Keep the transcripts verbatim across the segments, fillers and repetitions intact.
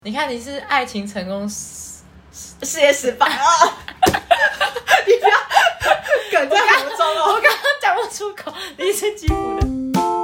你看你是爱情成功事事业失败啊！你不要梗在喉中哦， 我刚刚讲不出口，你是基辅的。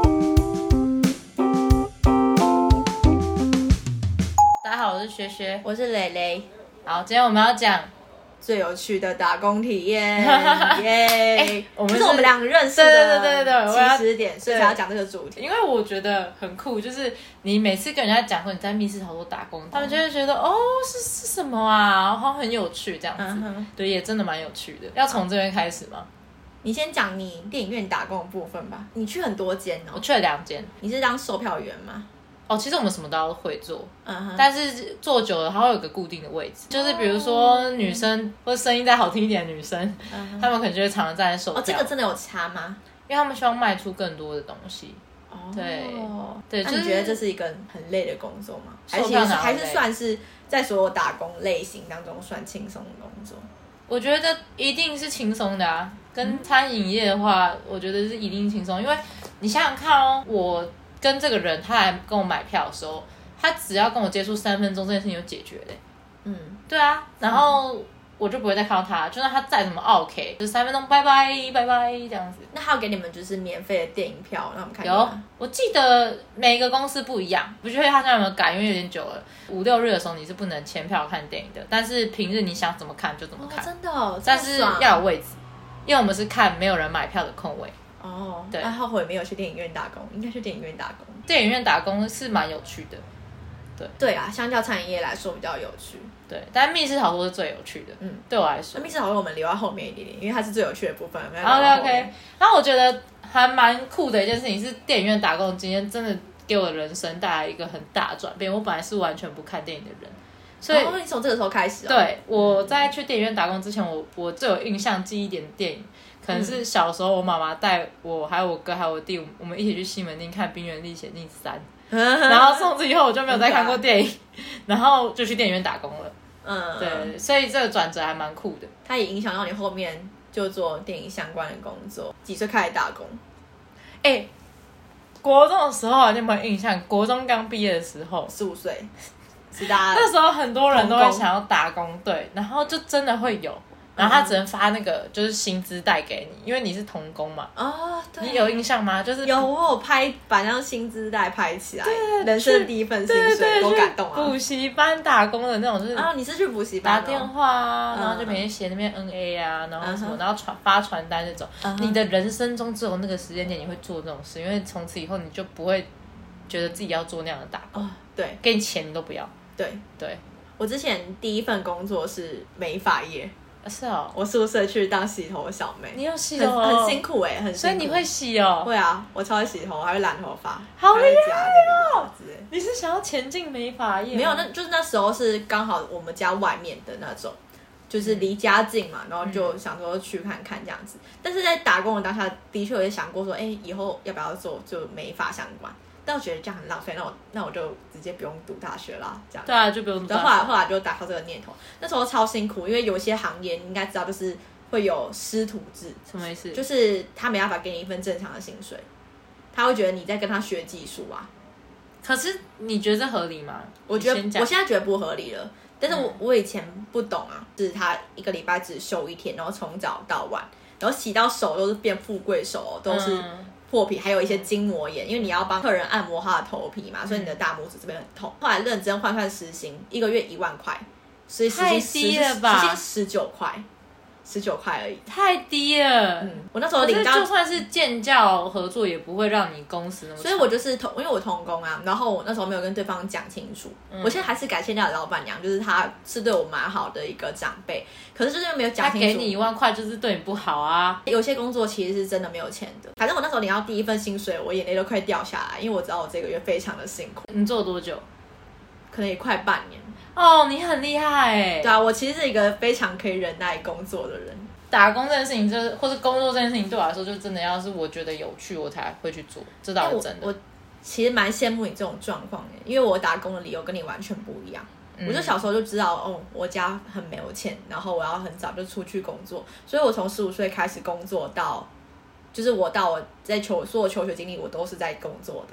大家好，我是学学， 我是蕾蕾。 好，今天我们要讲最有趣的打工体验，耶、 欸！我们 是, 是我们两个认识的， 对对对对对， 起始点，所以才要讲这个主题。 因为我觉得很酷，就是你每次跟人家讲说你在密室逃脱打工，他们就会觉得哦是是什么啊，然后很有趣这样子。嗯、对，也真的蛮有趣的。要从这边开始吗？ 你先讲你电影院打工的部分吧。你去很多间哦。 我去了两间。 你是当售票员吗？ 哦，其实我们什么都要会做， 嗯、 但是做久了它会有个固定的位置，就是比如说女生或者声音再好听一点的女生，嗯、她们可能就会常常站在售票。 哦，这个真的有差吗？ 因为他们希望卖出更多的东西。哦，对对， 那、 就是、 你觉得这是一个很累的工作吗？还是还是算是在所有打工类型当中算轻松的工作？ 我觉得一定是轻松的啊，跟餐饮业的话，我觉得是一定轻松，因为你想想看哦，我跟这个人他来跟我买票的时候，他只要跟我接触三分钟，这件事情就解决了。嗯，对啊，然后我就不会再看到他，就算他再怎么 OK， 就是三分钟，拜拜拜拜这样子。 那他有给你们就是免费的电影票让我们看？ 有，我记得每一个公司不一样，不确定他现在有没有改，因为有点久了。五六日的时候你是不能签票看电影的，但是平日你想怎么看就怎么看。 哦、真的哦， 但是要有位置，因为我们是看没有人买票的空位。 哦，对，那后悔没有去电影院打工，应该去电影院打工。 电影院打工是蛮有趣的，对对啊，相较餐饮业来说比较有趣。 对，但密室逃脱是最有趣的，嗯，对我来说。 密室逃脱我们留到后面一点点，因为它是最有趣的部分。 OK OK， 然后我觉得还蛮酷的一件事情是，电影院打工今天真的给我的人生带来一个很大的转变。我本来是完全不看电影的人，所以、 哦、你从这个时候开始、哦。 对，我在去电影院打工之前，我我最有印象记忆点的电影。可能是小时候我妈妈带我还有我哥还有我弟，我们一起去西门町看《冰原历险记三》，然后从此以后我就没有再看过电影，然后就去电影院打工了。嗯，对，所以这个转折还蛮酷的。 它也影响到你后面就做电影相关的工作。几岁开始打工？ 哎、欸，国中的时候你有没有印象？国中刚毕业的时候， 十五岁，是大家那时候很多人都会想要打工，对，然后就真的会有。然后他只能发那个就是薪资袋给你，因为你是童工嘛。哦，对。你有印象吗？就是有，我有拍把那张薪资袋拍起来，对，人生第一份薪水，多感动啊！ 补习班打工的那种，就是啊，你是去补习班、 哦、打電話啊，然後就每天寫那邊 N A 啊，然後什麼，然後傳發傳單那種。Uh-huh. 你的人生中只有那個時間點你會做這種事，因為從此以後你就不會覺得自己要做那樣的打工。哦、對，給你錢你都不要。對對， 我之前第一份工作是美髮業。 是哦， 我宿舍去当洗头小妹。 你有洗头、哦很，很辛苦哎、欸，很辛苦。 所以你会洗哦？ 会啊，我超会洗头，还会染头发， 好厉害哦！你是想要前进美发业？ 没有，那就是那时候是刚好我们家外面的那种，就是离家近嘛，然后就想说去看看这样子。嗯、但是在打工的当下，的确有想过说，哎、欸，以后要不要做就美发相关？但我觉得这样很浪费，那我那我就直接不用读大学啦，这样。 对啊，就不用读大学。 后来后来就打消这个念头。那时候超辛苦，因为有些行业你应该知道，就是会有师徒制。 什么意思？ 就是他没办法给你一份正常的薪水，他会觉得你在跟他学技术啊。 可是你觉得这合理吗？ 我觉得我现在觉得不合理了，但是我、嗯、我以前不懂啊，就是他一个礼拜只休一天，然后从早到晚，然后洗到手都是变富贵手、哦，都是。嗯破皮，还有一些筋膜炎，因为你要帮客人按摩他的头皮嘛，所以你的大拇指这边很痛。后来认真换算时薪，一个月一万块，所以时薪太低了吧？ 时薪十九块，十九块而已， 太低了。嗯， 我那时候领到， 就算是建教合作，也不会让你公司那么。 所以我就是同，因为我同工啊，然后我那时候没有跟对方讲清楚。嗯、我现在还是感谢那老板娘，就是她是对我蛮好的一个长辈，可是就是没有讲清楚。 他给你一万块，就是对你不好啊。 有些工作其实是真的没有钱的。反正我那时候领到第一份薪水，我眼泪都快掉下来，因为我知道我这个月非常的辛苦。 你做了多久？ 可能也快半年。 哦，你很厉害哎！ 对啊，我其实是一个非常可以忍耐工作的人。 打工这件事情，就是或者工作这件事情，对我来说，就真的要是我觉得有趣，我才会去做。这倒是真的。 我, 我其实蛮羡慕你这种状况的，因为我打工的理由跟你完全不一样。嗯、我就小时候就知道，哦，我家很没有钱，然后我要很早就出去工作，所以我从十五岁开始工作到，就是我到我在求所有求学经历，我都是在工作的。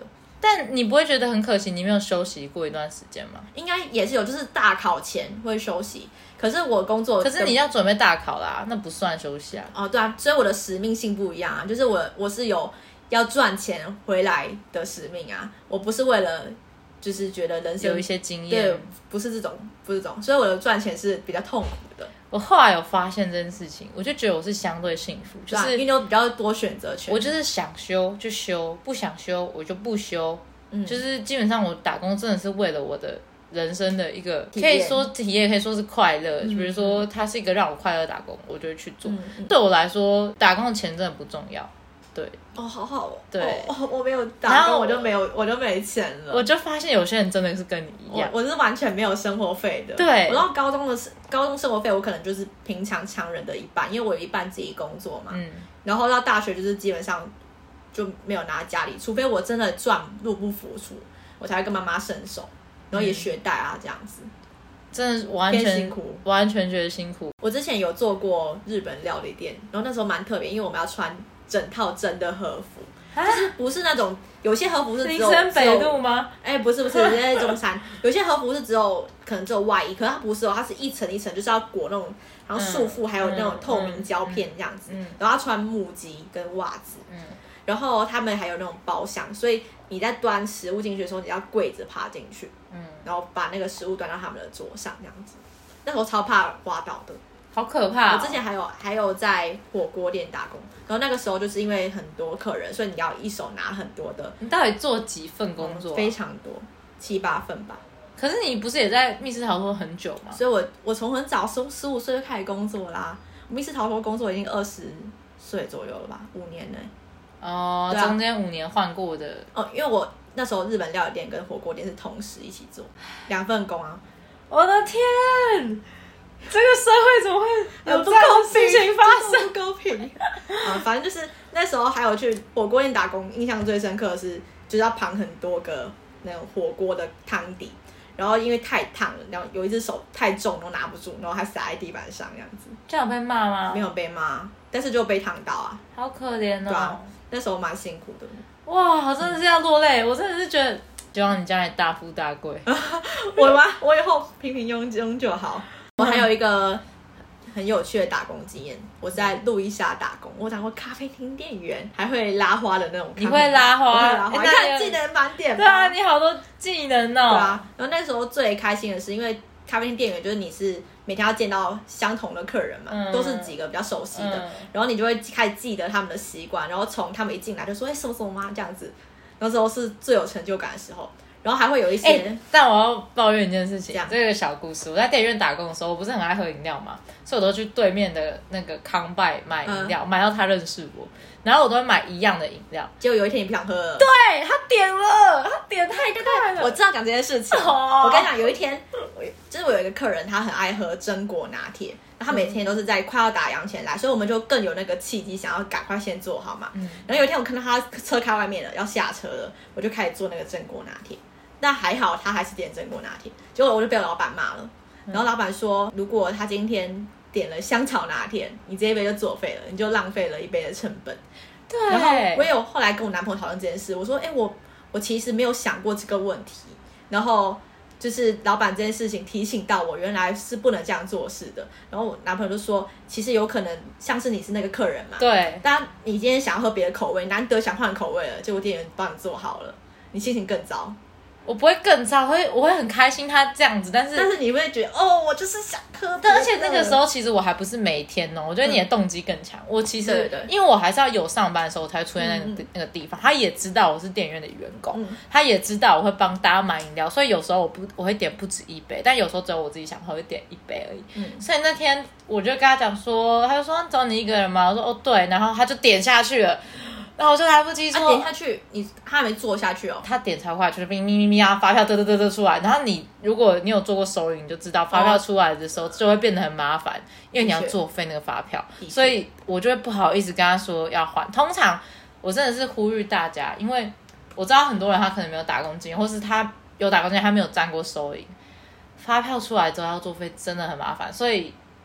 但你不会觉得很可惜，你没有休息过一段时间吗？ 应该也是有，就是大考前会休息。可是我工作， 可是你要准备大考啦，那不算休息啊。 哦，对啊，所以我的使命性不一样啊，就是我我是有要赚钱回来的使命啊，我不是为了就是觉得人生有一些经验， 对，不是这种，不是这种，所以我的赚钱是比较痛苦的。 我后来有发现这件事情，我就觉得我是相对幸福，就是、 啊、因为有比较多选择权。 我就是想休就休，不想休我就不休。嗯，就是基本上我打工真的是为了我的人生的一个，可以说体验，可以说是快乐。嗯、比如说它是一个让我快乐的打工，我就会去做。嗯嗯、对我来说，打工的钱真的不重要。对， 哦，好好哦。 对， 哦，我没有打工，我就没有，我就没钱了。 我就发现有些人真的是跟你一样， 我, 我是完全没有生活费的。 对， 我到高中的高中生活费，我可能就是平常常人的一半，因为我有一半自己工作嘛。嗯。然后到大学就是基本上就没有拿家里，除非我真的赚入不敷出，我才会跟妈妈伸手，然后也学贷啊、嗯、这样子。 真的完全辛苦， 完全觉得辛苦。 我之前有做过日本料理店，然后那时候蛮特别，因为我们要穿整套真的和服，就是不是那种有些和服是只有林森北路吗？ 哎、欸，不是不是，现在在中山。有些和服是只有可能只有外衣，可是它不是哦，它是一层一层，就是要裹那种，然后束缚，还有那种透明胶片这样子，嗯嗯、然后要穿木屐跟袜子，嗯、然后他们还有那种包厢，所以你在端食物进去的时候，你要跪着爬进去，嗯、然后把那个食物端到他们的桌上这样子。那时候超怕滑倒的。 好可怕、哦！ 我之前还有还有在火锅店打工，然后那个时候就是因为很多客人，所以你要一手拿很多的。 你到底做几份工作、啊嗯？ 非常多，七八份吧。 可是你不是也在密室逃脱很久吗？ 所以我我从很早十十五岁就开始工作啦。密室逃脱工作已经二十岁左右了吧，五年呢。 哦，啊、中间五年换过的。 哦，因为我那时候日本料理店跟火锅店是同时一起做，两份工啊。 我的天！这个社会怎么会有这种事情发生？ 不公平啊！反正就是那时候还有去火锅店打工，印象最深刻的是就是要旁很多个那种火锅的汤底，然后因为太烫了，然后有一只手太重都拿不住，然后还洒在地板上这样子。 这样有被骂吗？ 没有被骂，但是就被烫到啊！ 好可怜哦。对啊， 那时候蛮辛苦的。 哇，我真的是要落泪，我真的是觉得，希望你将来大富大贵。 我吗？我以后平平庸庸就好。我还有一个很有趣的打工经验，我在路易莎打工，我当过咖啡厅店员，还会拉花的那种。 你会拉花？ 我会拉花，你看技能满点。 对啊，你好多技能哦。 对啊，然后那时候最开心的是，因为咖啡厅店员就是你是每天要见到相同的客人嘛，嗯、都是几个比较熟悉的，嗯、然后你就会开始记得他们的习惯，然后从他们一进来就说：“哎、欸，什么什么吗？”这样子，那时候是最有成就感的时候。然后还会有一些、欸， 但我要抱怨一件事情，这个小故事。我在电影院打工的时候，我不是很爱喝饮料嘛，所以我都去对面的那个康拜买饮料，嗯、买到他认识我，然后我都会买一样的饮料。 结果有一天你不想喝了， 对他点了，他点太快了。 我知道讲这件事情，哦、我跟你讲，有一天，我就是我有一个客人，他很爱喝榛果拿铁。他每天都是在快要打烊前来，所以我们就更有那个契机，想要赶快先做好嘛。嗯、然后有一天我看到他车开外面了，要下车了，我就开始做那个榛果拿铁。但还好他还是点榛果拿铁，结果我就被我老板骂了。然后老板说，如果他今天点了香草拿铁，你这一杯就作废了，你就浪费了一杯的成本。 对。 然后我也有后来跟我男朋友讨论这件事，我说，哎、欸，我我其实没有想过这个问题。然后就是老板这件事情提醒到我，原来是不能这样做事的。然后我男朋友就说，其实有可能像是你是那个客人嘛， 对。 当你今天想要喝别的口味，难得想换口味了，结果店员帮你做好了，你心情更糟。 我不会更糟，我会我会很开心他这样子，但是但是你会觉得哦，我就是想喝。 对，而且那个时候其实我还不是每天哦，我觉得你的动机更强。嗯、我其实对对因为我还是要有上班的时候我才会出现在那个、嗯、那个地方。他也知道我是店员的员工，嗯、他也知道我会帮大家买饮料，所以有时候我不我会点不止一杯，但有时候只有我自己想喝，会点一杯而已。嗯、所以那天我就跟他讲说，他就说只有你一个人吗？我说哦对，然后他就点下去了。然后我就来不及说、 啊、点下去，你他还没做下去哦。 他点超快，就是咪咪咪咪啊，发票嘚嘚嘚嘚出来。然后你如果你有做过收银，你就知道发票出来的时候就会变得很麻烦，因为你要作废那个发票，所以我就会不好意思跟他说要换。通常我真的是呼吁大家，因为我知道很多人他可能没有打工经验，或是他有打工经验，他没有沾过收银，发票出来之后要作废真的很麻烦，所以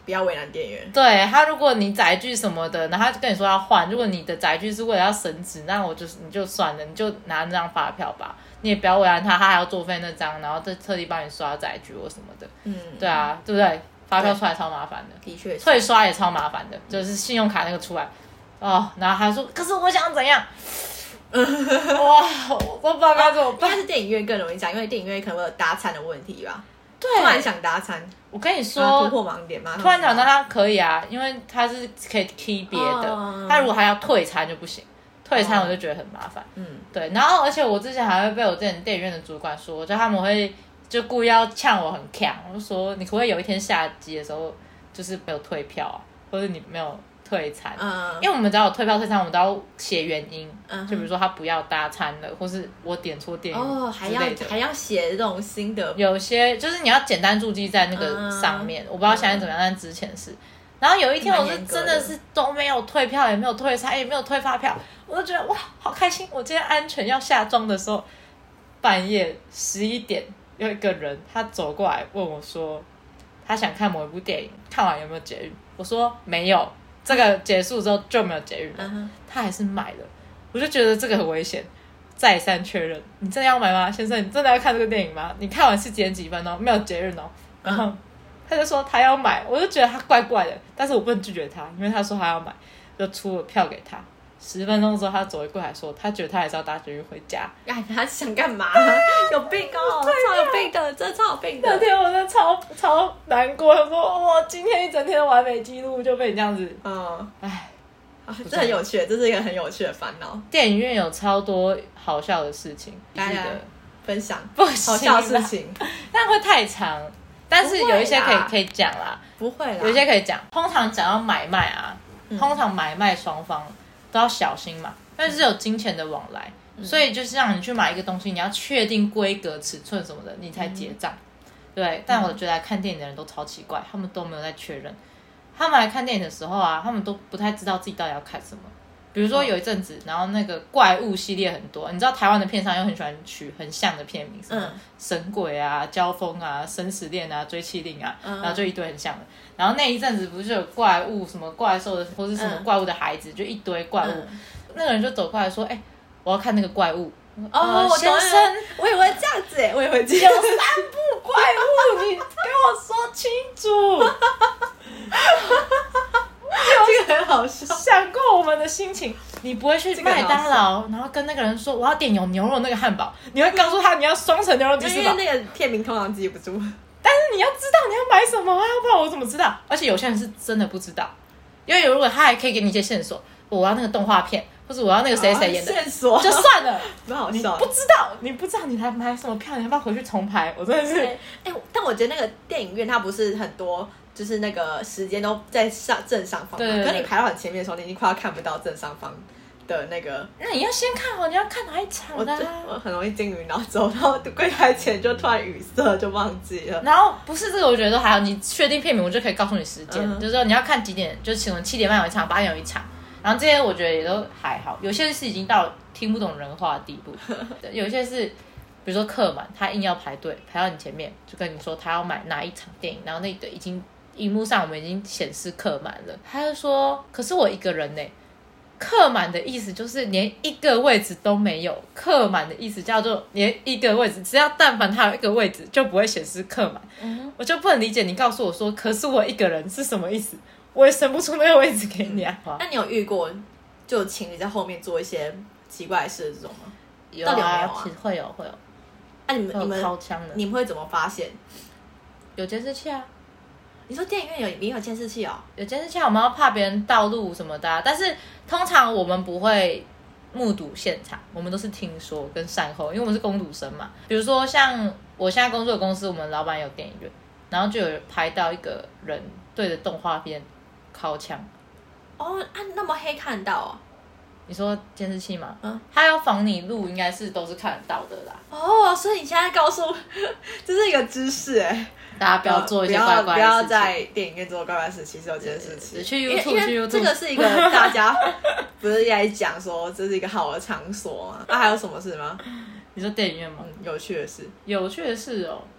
不要为难店员。 对他，如果你载具什么的，然后他就跟你说要换，如果你的载具是为了要省纸，那我就是你就算了，你就拿那张发票吧，你也不要为难他，他还要作废那张，然后再特地帮你刷载具或什么的。嗯，对啊，对不对？发票出来超麻烦的， 的确， 退刷也超麻烦的，就是信用卡那个出来，哦，然后还说，可是我想怎样？哇，我都不知道该怎么办。 应该是电影院更容易讲，因为电影院可能会有搭餐的问题吧。 对， 突然想搭餐， 我跟你说， 啊、突破盲点吗？ 突然想到他可以啊，因为他是可以 key 别的，哦、他如果还要退餐就不行，退餐我就觉得很麻烦。嗯，对，然后而且我之前还会被我之前电影院的主管说，就他们会就故意要呛我很强，我就说你可不可以有一天下机的时候就是没有退票啊，或者你没有退餐，嗯，因为我们只要有退票退餐，我们都要写原因，嗯，就比如说他不要搭餐了，或是我点错电影哦，还要还要写这种新的， 有些就是你要简单注记在那个上面，嗯、我不知道现在怎么样，但之前是。然后有一天我是真的是都没有退票，也没有退餐，也没有退发票，我就觉得哇，好开心！我今天安全要下妆的时候，半夜十一点，有一个人他走过来问我说，他想看某一部电影，看完有没有捷运？我说没有。这个结束之后就没有捷运了， uh-huh. 他还是买了，我就觉得这个很危险，再三确认，你真的要买吗，先生？你真的要看这个电影吗？你看完是几点几分哦？没有捷运哦。然后他就说他要买，我就觉得他怪怪的，但是我不能拒绝他，因为他说他要买，就出了票给他。十分钟之后，他走回柜台说，他觉得他还是要搭捷运回家。 哎，他想干嘛？有病哦！超有病的，真的超有病的。 那天我真的超超难过，我说哇，今天一整天的完美记录就被你这样子，嗯，哎， 这很有趣，这是一个很有趣的烦恼。 电影院有超多好笑的事情， 大家分享不好笑的事情， 但会太长。但是有一些可以可以讲啦， 不会啦， 有一些可以讲。通常讲到买卖啊，嗯、通常买卖双方都要小心嘛，因为是有金钱的往来，嗯、所以就是让你去买一个东西，你要确定规格、尺寸什么的，你才结账。嗯、对，但我觉得来看电影的人都超奇怪，他们都没有在确认。他们来看电影的时候啊，他们都不太知道自己到底要看什么。比如说有一阵子，然后那个怪物系列很多，你知道台湾的片商又很喜欢取很像的片名，什么神鬼啊、交锋啊、生死恋啊、追妻令啊，嗯、然后就一堆很像的。然后那一阵子不是有怪物什么怪兽的，或是什么怪物的孩子，嗯、就一堆怪物。嗯、那个人就走过来说：“哎、欸，我要看那个怪物。” 哦，呃、我先生，我以为这样子哎，我以为这样有三部怪物，你给我说清楚。 这个很好笑， 想过我们的心情，你不会去麦当劳，然后跟那个人说我要点有牛肉那个汉堡，你会告诉他你要双层牛肉鸡翅堡， 因为那个片名通常记不住。 但是你要知道你要买什么啊，要不然我怎么知道？而且有些人是真的不知道，因为如果他还可以给你一些线索，我要那个动画片，或者我要那个谁谁演的， 线索就算了， 蛮好笑。 你不知道，你不知道你来买什么票，你要不要回去重排？我真的是，哎、 欸，但我觉得那个电影院它不是很多。就是那个时间都在上正上方，对，可是你排到很前面的时候，你已经快要看不到正上方的那个。 那你要先看好，你要看哪一场的、啊我？我很容易金鱼脑，走到柜台前就突然语塞，就忘记了。 然后不是这个，我觉得都还好，你确定片名，我就可以告诉你时间，嗯、就是说你要看几点，就是请问七点半有一场，八点有一场。然后这些我觉得也都还好，有些是已经到听不懂人话的地步，有一些是比如说客满，他硬要排队排到你前面，就跟你说他要买哪一场电影，然后那个已经。荧幕上我们已经显示客满了，他就说：“可是我一个人呢。”客满的意思就是连一个位置都没有，客满的意思叫做连一个位置，只要但凡他有一个位置，就不会显示客满。嗯、我就不能理解你告诉我说：“可是我一个人是什么意思？”我也生不出那个位置给你啊。 那你有遇过就情侣在后面做一些奇怪的事的这种吗？ 有啊， 到底有没有啊？ 会有会有。 那、啊、你们你们掏枪的， 你们会怎么发现？ 有监视器啊。 你说电影院有也有监视器哦？ 有监视器，我们要怕别人盗录什么的、啊，但是通常我们不会目睹现场，我们都是听说跟善后，因为我们是工读生嘛。比如说像我现在工作的公司，我们老板有电影院，然后就有拍到一个人对着动画片靠枪。 哦，啊，那么黑看到哦？ 你说监视器吗？嗯，他要防你录，应该是都是看得到的啦。 哦，所以你现在告诉我，这是一个知识哎。 大家不要做一些怪怪的事情， 不要在电影院做怪怪的事情，是有监视器。 去 YouTube， 去 YouTube， 这个是一个大家不是在讲说这是一个好的场所吗？那、啊、还有什么事吗？ 你说电影院吗？ 嗯、有趣的事， 有趣的事哦。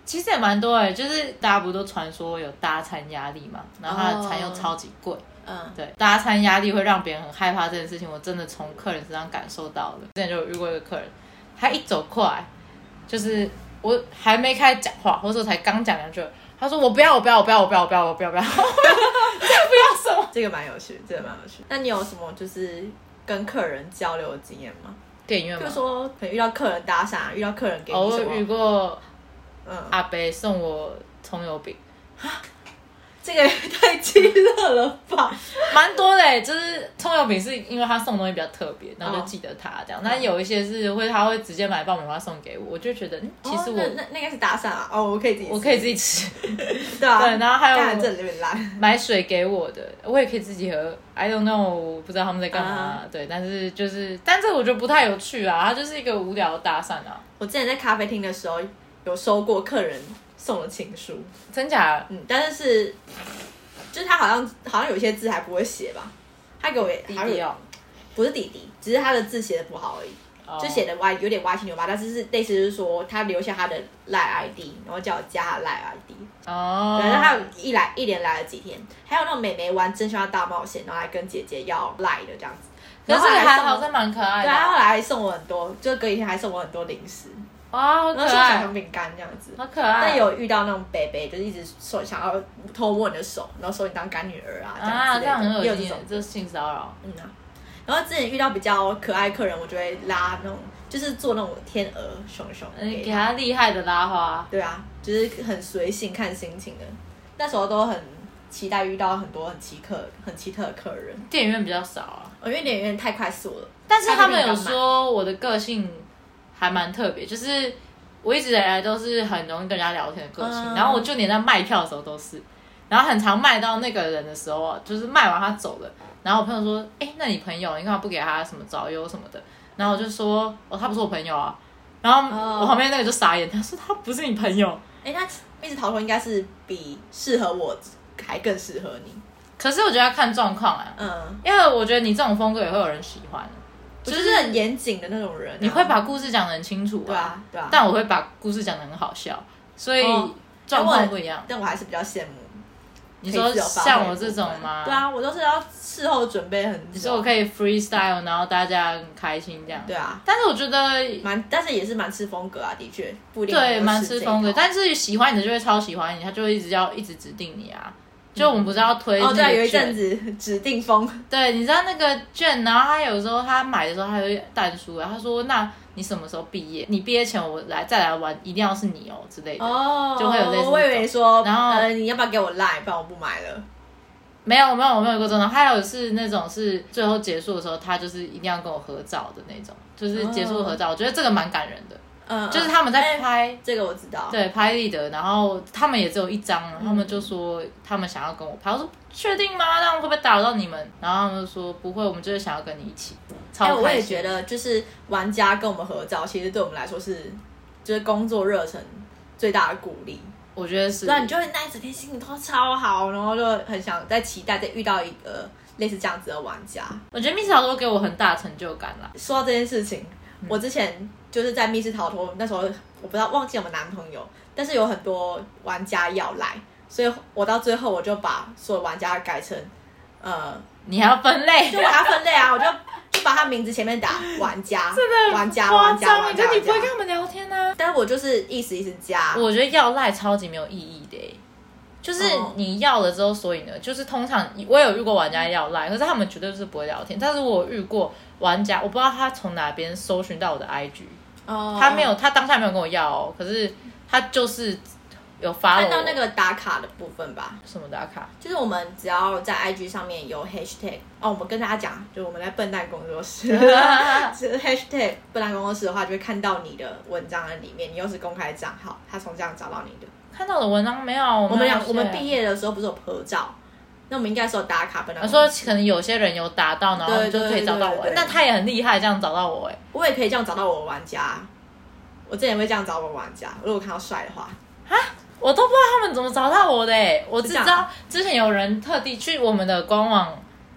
其实也蛮多哎，就是大家不都传说有搭餐压力嘛，然后它的餐又超级贵。嗯，对，搭餐压力会让别人很害怕这件事情，我真的从客人身上感受到了。之前就有遇过一个客人，他一走过来，就是我还没开始讲话，或者说才刚讲两句，他说我不要，我不要，我不要，我不要，我不要，我不要，不要，这不要什么？ 这个蛮有趣，这个蛮有趣。那你有什么就是跟客人交流的经验吗？ 电影院吗？ 就是说可能遇到客人搭讪，遇到客人给你什么？ 我遇过，嗯，阿伯送我葱油饼。 这个也太激烈了吧！ 蛮多的欸，就是葱油饼是因为他送的东西比较特别，然后就记得他这样。但、哦、有一些是会他会直接买爆米花送给我，我就觉得，嗯，其实我、 哦、那那应该是搭讪啊。哦，我可以自己吃， 我可以自己吃。 对啊， 对，然后还有这里面烂买水给我的，我也可以自己喝。I don't know， 我不知道他们在干嘛。啊、对，但是就是，但这我觉得不太有趣啊，它就是一个无聊的搭讪啊。 我之前在咖啡厅的时候有收过客人送的情书， 真假的？ 嗯，但是是。就是他好像好像有一些字还不会写吧，他给我弟弟哦， 不是弟弟，只是他的字写的不好而已，哦、就写的歪，有点歪七扭八，但是是类似就是说他留下他的 Line I D， 然后叫我加他 Line I D。哦。对，然后他有一来一连来了几天，还有那种妹妹玩真心话大冒险，然后来跟姐姐要 Line 的这样子。 可是还好，这蛮可爱的。 对，他后来还送我很多，就隔一天还送我很多零食。 哇，好可爱！ 小熊饼干这样子， 好可爱。 但有遇到那种伯伯，就是一直说想要偷摸你的手，然后说你当干女儿啊，这样子。 啊，这样很恶心， 这是性骚扰。 嗯啊。然后之前遇到比较可爱客人，我就会拉那种，就是做那种天鹅熊熊， 给给他厉害的拉花。 对啊，就是很随性，看心情的。那时候都很期待遇到很多很奇特、很奇特的客人。 电影院比较少啊， 因为电影院太快速了。 但是他们有说我的个性还蛮特别，就是我一直以来都是很容易跟人家聊天的个性，嗯、然后我就连在卖票的时候都是，然后很常卖到那个人的时候，就是卖完他走了，然后我朋友说，哎、欸，那你朋友你干嘛不给他什么早优什么的？然后我就说，哦，他不是我朋友啊。然后我旁边那个就傻眼，他说他不是你朋友。 哎、欸，那密室逃脱应该是比适合我还更适合你。 可是我觉得要看状况啊，嗯，因为我觉得你这种风格也会有人喜欢。 我就是很严谨的那种人、啊， 你会把故事讲得很清楚、啊， 对啊，对啊。 但我会把故事讲得很好笑，所以状况不一样、哦但。但我还是比较羡慕。 你说像我这种吗？ 对啊，我都是要事后准备很久。 你说我可以 freestyle， 然后大家很开心这样。 对啊， 但是我觉得蛮，但是也是蛮吃风格啊，的确不一定。 对，蛮吃风格，但是喜欢你的就会超喜欢你，他就会一直要一直指定你啊。就我们不是要推哦，对，有一阵子指定风， 对，你知道那个券，然后他有时候他买的时候他会淡书啊，他说那你什么时候毕业？你毕业前我来再来玩，一定要是你哦之类的，哦，就会有类似。 我以为说， 然后呃，你要不要给我 line， 不然我不买了。 没有没有我没有一个这种，还有是那种是最后结束的时候，他就是一定要跟我合照的那种，就是结束合照，哦、我觉得这个蛮感人的。嗯，就是他们在拍、欸、 这个我知道， 对，拍立得，然后他们也只有一张，嗯、他们就说他们想要跟我拍，我说确定吗？这样会不会打扰到你们？然后他们就说不会，我们就是想要跟你一起。超开心。欸、 我也觉得，就是玩家跟我们合照，其实对我们来说是就是工作热忱最大的鼓励。 我觉得是， 对，你就会那一整天心情都超好，然后就很想再期待再遇到一个类似这样子的玩家。 我觉得密室逃脱给我很大成就感啦。 说到这件事情，嗯、我之前。就是在密室逃脱那时候，我不知道忘记我们男朋友，但是有很多玩家要来，所以我到最后我就把所有玩家改成，呃， 你还要分类， 就我还要分类啊，我就就把他名字前面打玩家， 真的玩家玩家玩家， 你不会跟他们聊天啊？ 但是我就是意思意思加， 我觉得要赖超级没有意义的、欸，就是你要了之后，所以呢，就是通常我有遇过玩家要赖，可是他们绝对是不会聊天，但是我有遇过玩家，我不知道他从哪边搜寻到我的 I G。Oh. 他没有，他当下没有跟我要哦，可是他就是有发看到那个打卡的部分吧？ 什么打卡？ 就是我们只要在 I G 上面有 hashtag 哦，我们跟大家讲，就我们在笨蛋工作室hashtag 笨蛋工作室的话，就会看到你的文章的里面，你又是公开账号，他从这样找到你的。 看到我的文章没有？ 我们俩我们毕业的时候不是有合照？那我们应该是有打卡笨蛋工作室。 说可能有些人有打到，然后就可以找到我。那他也很厉害，这样找到我哎、欸。 我也可以这样找到我的玩家。我之前会这样找我玩家，如果看到帅的话。 啊，我都不知道他们怎么找到我的哎、欸。我只知道之前有人特地去我们的官网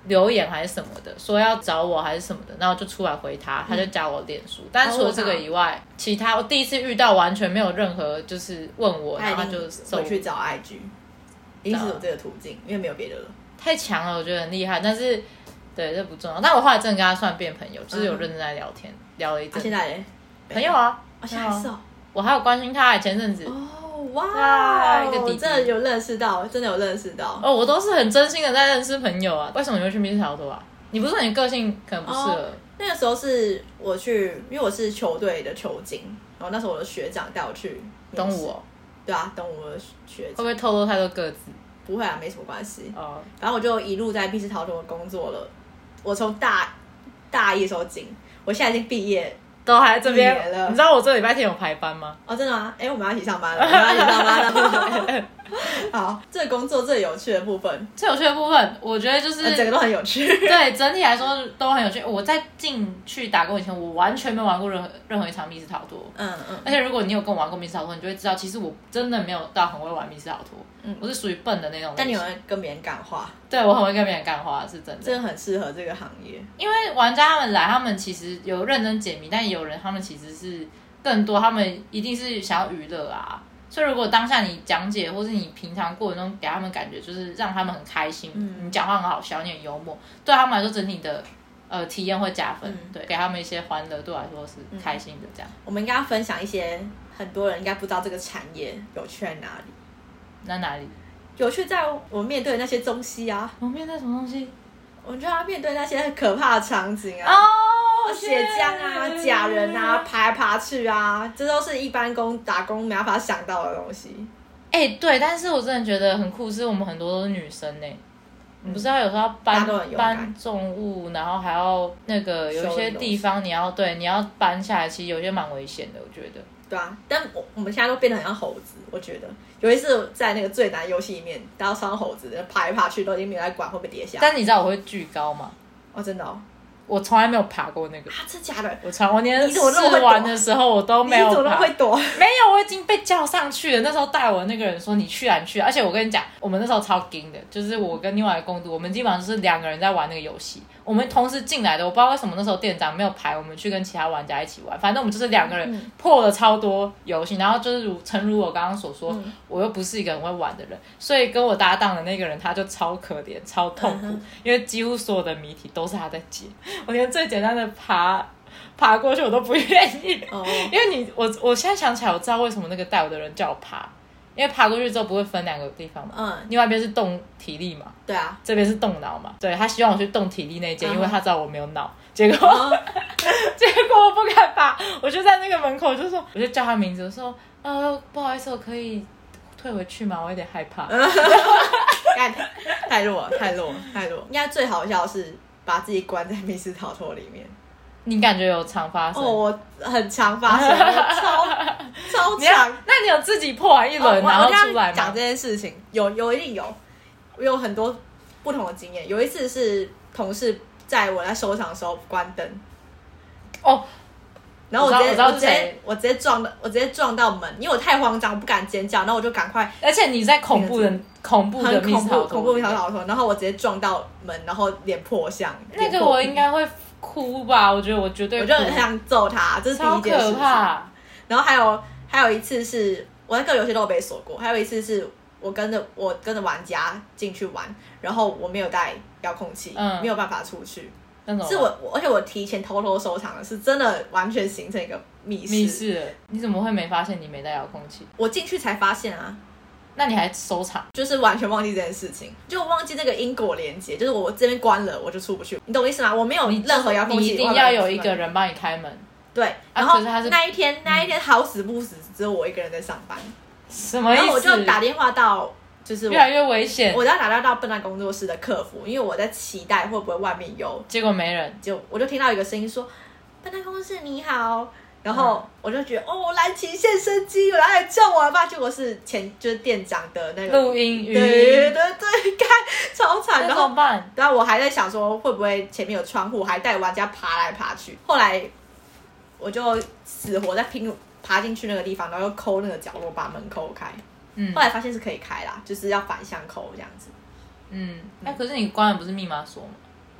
留言还是什么的，说要找我还是什么的，然后就出来回他，他就加我脸书。嗯、但是除了这个以外，哦、其他我第一次遇到完全没有任何就是问我，然后他就回去找 I G， 一定是有这个途径，因为没有别的了。 太强了，我觉得很厉害，但是对这不重要。但我后来真的跟他算变朋友，就是有认真在聊天，嗯、聊了一阵。 啊、现在嘞？ 朋友啊， 啊，现在还是哦。 我还有关心他，前阵子。 哦，哇，一个弟弟，真的有认识到，真的有认识到。 哦，我都是很真心的在认识朋友啊。为什么你会去密室逃脱啊？你不是说你个性可能不适合？哦、 那个时候是我去，因为我是球队的球经，然后那时候我的学长带我去东吴哦。 对啊，东吴的学长。 会不会透露太多个子？ 不会啊，没什么关系。哦，然后我就一路在密室逃脱工作了。我从大大一的时候进，我现在已经毕业。 都还在这边，你知道我这礼拜天有排班吗？ 哦，真的吗？哎、欸，我们要一起上班了，我们要一起上班了。好，这个工作最有趣的部分， 最有趣的部分，我觉得就是、 呃、整个都很有趣。 对，整体来说都很有趣。我在进去打工以前，我完全没有玩过任何任何一场密室逃脱。嗯嗯。而且如果你有跟我玩过密室逃脱，你就会知道，其实我真的没有到很会玩密室逃脱。嗯，我是属于笨的那种。 但你会跟别人干话？ 对，我很会跟别人干话，是真的。 真的很适合这个行业， 因为玩家他们来，他们其实有认真解谜，但也有人他们其实是更多，他们一定是想要娱乐啊。所以如果当下你讲解，或是你平常过程中给他们感觉就是让他们很开心，嗯、你讲话很好笑，你很幽默，对他们来说整体的呃体验会加分，嗯、对，给他们一些欢乐，对我来说是开心的这样。 我们应该要分享一些很多人应该不知道这个产业有趣在哪里。 那哪里？ 有趣在我们面对的那些东西啊。 我们面对什么东西？ 我们就要面对那些可怕的场景啊。 哦， 血浆啊，假人啊，爬来爬去啊，这都是一般工打工没办法想到的东西。 哎、欸，对，但是我真的觉得很酷，是我们很多都是女生呢、欸。你不知道有时候要搬搬重物，然后还要那个有些地方你要对你要搬下来，其实有些蛮危险的，我觉得。 对啊，但我我们现在都变得很像猴子，我觉得有一次在那个最难游戏里面，大家当猴子爬来爬去，都已经没有在管会不会跌下。 但你知道我会巨高吗？ 哦，真的哦。 我从来没有爬过那个啊，真假的？ 我从我连试玩的时候我都没有爬。 你怎么那么会躲？ 没有，我已经被叫上去了。那时候带我的那个人说：“你去啊，你去啊！”而且我跟你讲，我们那时候超惊的，就是我跟另外一个工读，我们基本上就是两个人在玩那个游戏。我们同时进来的，我不知道为什么那时候店长没有排我们去跟其他玩家一起玩。反正我们就是两个人破了超多游戏，然后就是如诚如我刚刚所说，嗯、我又不是一个很会玩的人，所以跟我搭档的那个人他就超可怜、超痛苦，嗯、因为几乎所有的谜题都是他在解。我连最简单的爬爬过去我都不愿意，哦、因为你我我现在想起来，我知道为什么那个带我的人叫我爬。因为爬过去之后不会分两个地方嘛，嗯，另外一边是动体力嘛， 对啊， 这边是动脑嘛，对，他希望我去动体力那间，嗯、因为他知道我没有脑，结果、嗯、结果我不敢爬，我就在那个门口就说，我就叫他名字，我说呃不好意思，我可以退回去吗？我有点害怕， 太太弱太弱太弱，应该最好笑的是把自己关在密室逃脱里面。 你感觉有常发生？ 哦，我很常发生，超超常。 那你有自己破完一轮、哦、然后出来吗？ 讲这件事情，有有一定有，我有很多不同的经验。有一次是同事在我在收场的时候关灯， 哦， 然后我直接我, 我直接我直接撞到我直接撞到门，因为我太慌张，我不敢尖叫，然后我就赶快。 而且你在恐怖的恐怖的密室逃脱， 恐怖密室逃脱，然后我直接撞到门，然后脸破相。 那个我应该会。哭吧，我觉得我绝对哭， 我就很想揍他，这是第一件事情。超可怕。然后还有还有一次是我在各个游戏都有被锁过，还有一次是我跟着我跟着玩家进去玩，然后我没有带遥控器，嗯、没有办法出去。是我，而且我提前偷偷收藏的，是真的完全形成一个密室。 密室，你怎么会没发现你没带遥控器？ 我进去才发现啊。 那你还收藏？ 就是完全忘记这件事情，就忘记那个因果连结，就是我这边关了，我就出不去，你懂我意思吗？我没有任何遥控器， 你一定要有一个人帮你开门。 对，然后那一天、啊、那一天好死不死，只有我一个人在上班。 什么意思？ 然后我就打电话到，就是越来越危险。 我要打电话到笨蛋工作室的客服，因为我在期待会不会外面有， 结果没人， 就我就听到一个声音说：“笨蛋工作室你好。”然后我就觉得、嗯、哦，蓝旗现身机，有人来救我了吧？结果是前就是店长的那个录音语， 对对对，看超惨。 然后怎么办？ 然后我还在想说，会不会前面有窗户，还带玩家爬来爬去。后来我就死活在拼爬进去那个地方，然后又抠那个角落，把门抠开。嗯，后来发现是可以开啦，就是要反向抠这样子。 嗯，那、欸、可是你关的不是密码锁吗？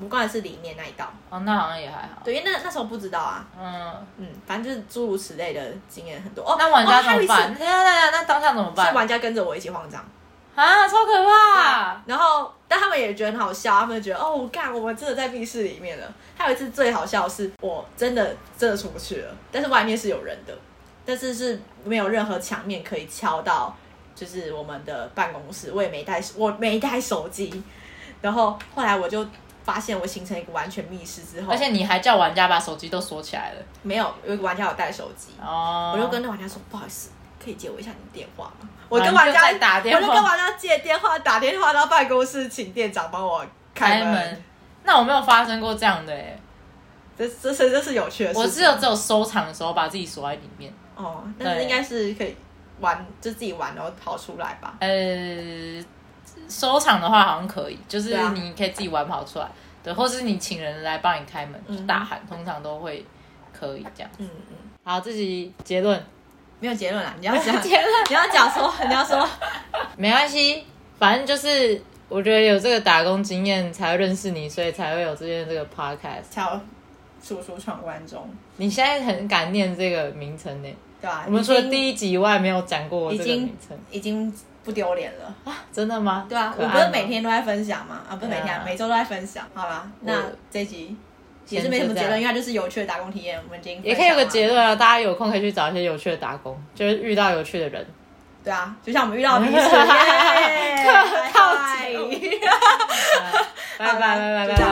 不过是里面那一道。 哦，那好像也还好。 对，因为那那时候不知道啊。 嗯嗯，反正就是诸如此类的经验很多。哦， 那玩家怎么办？ 哦、 对啊对啊，那当下怎么办？ 是玩家跟着我一起慌张。 啊，超可怕！ 然后，但他们也觉得很好笑，他们就觉得哦，干，我们真的在密室里面了。还有一次最好笑的是，我真的真的出不去了，但是外面是有人的，但是是没有任何墙面可以敲到，就是我们的办公室，我也没带，我没带手机。然后后来我就发现我形成一个完全密室之后， 而且你还叫玩家把手机都锁起来了。 没有，有一个玩家有带手机，哦，我就跟那玩家说，不好意思，可以借我一下你的电话吗？我跟玩家打电话， 我就跟玩家借电话，打电话到办公室，请店长帮我开门。门那我没有发生过这样的哎， 这这是这是有趣的事情。 我只有只有收场的时候把自己锁在里面。 哦，但是应该是可以玩，就自己玩然后跑出来吧。 呃，收场的话好像可以，就是你可以自己玩跑出来，对，或是你请人来帮你开门，嗯、大喊，通常都会可以这样。嗯嗯。好，自己结论。 没有结论啦，你要讲结论，你要讲说，你要说， 没关系，反正就是我觉得有这个打工经验才会认识你，所以才会有这件这个 podcast， 才有楚楚闯关中。 你现在很敢念这个名称呢， 对吧、啊？ 我们除了第一集以外没有讲过这个名称， 已经不丢脸了啊！真的吗？ 对啊，我不是每天都在分享吗？啊，不是每天、啊，每周都在分享。好啦，那这一集。也是没什么结论，因为它就是有趣的打工体验。我们已经也可以有个结论啊，大家有空可以去找一些有趣的打工，就是遇到有趣的人。 对啊，就像我们遇到彼此， 客套结尾。拜拜拜拜拜拜。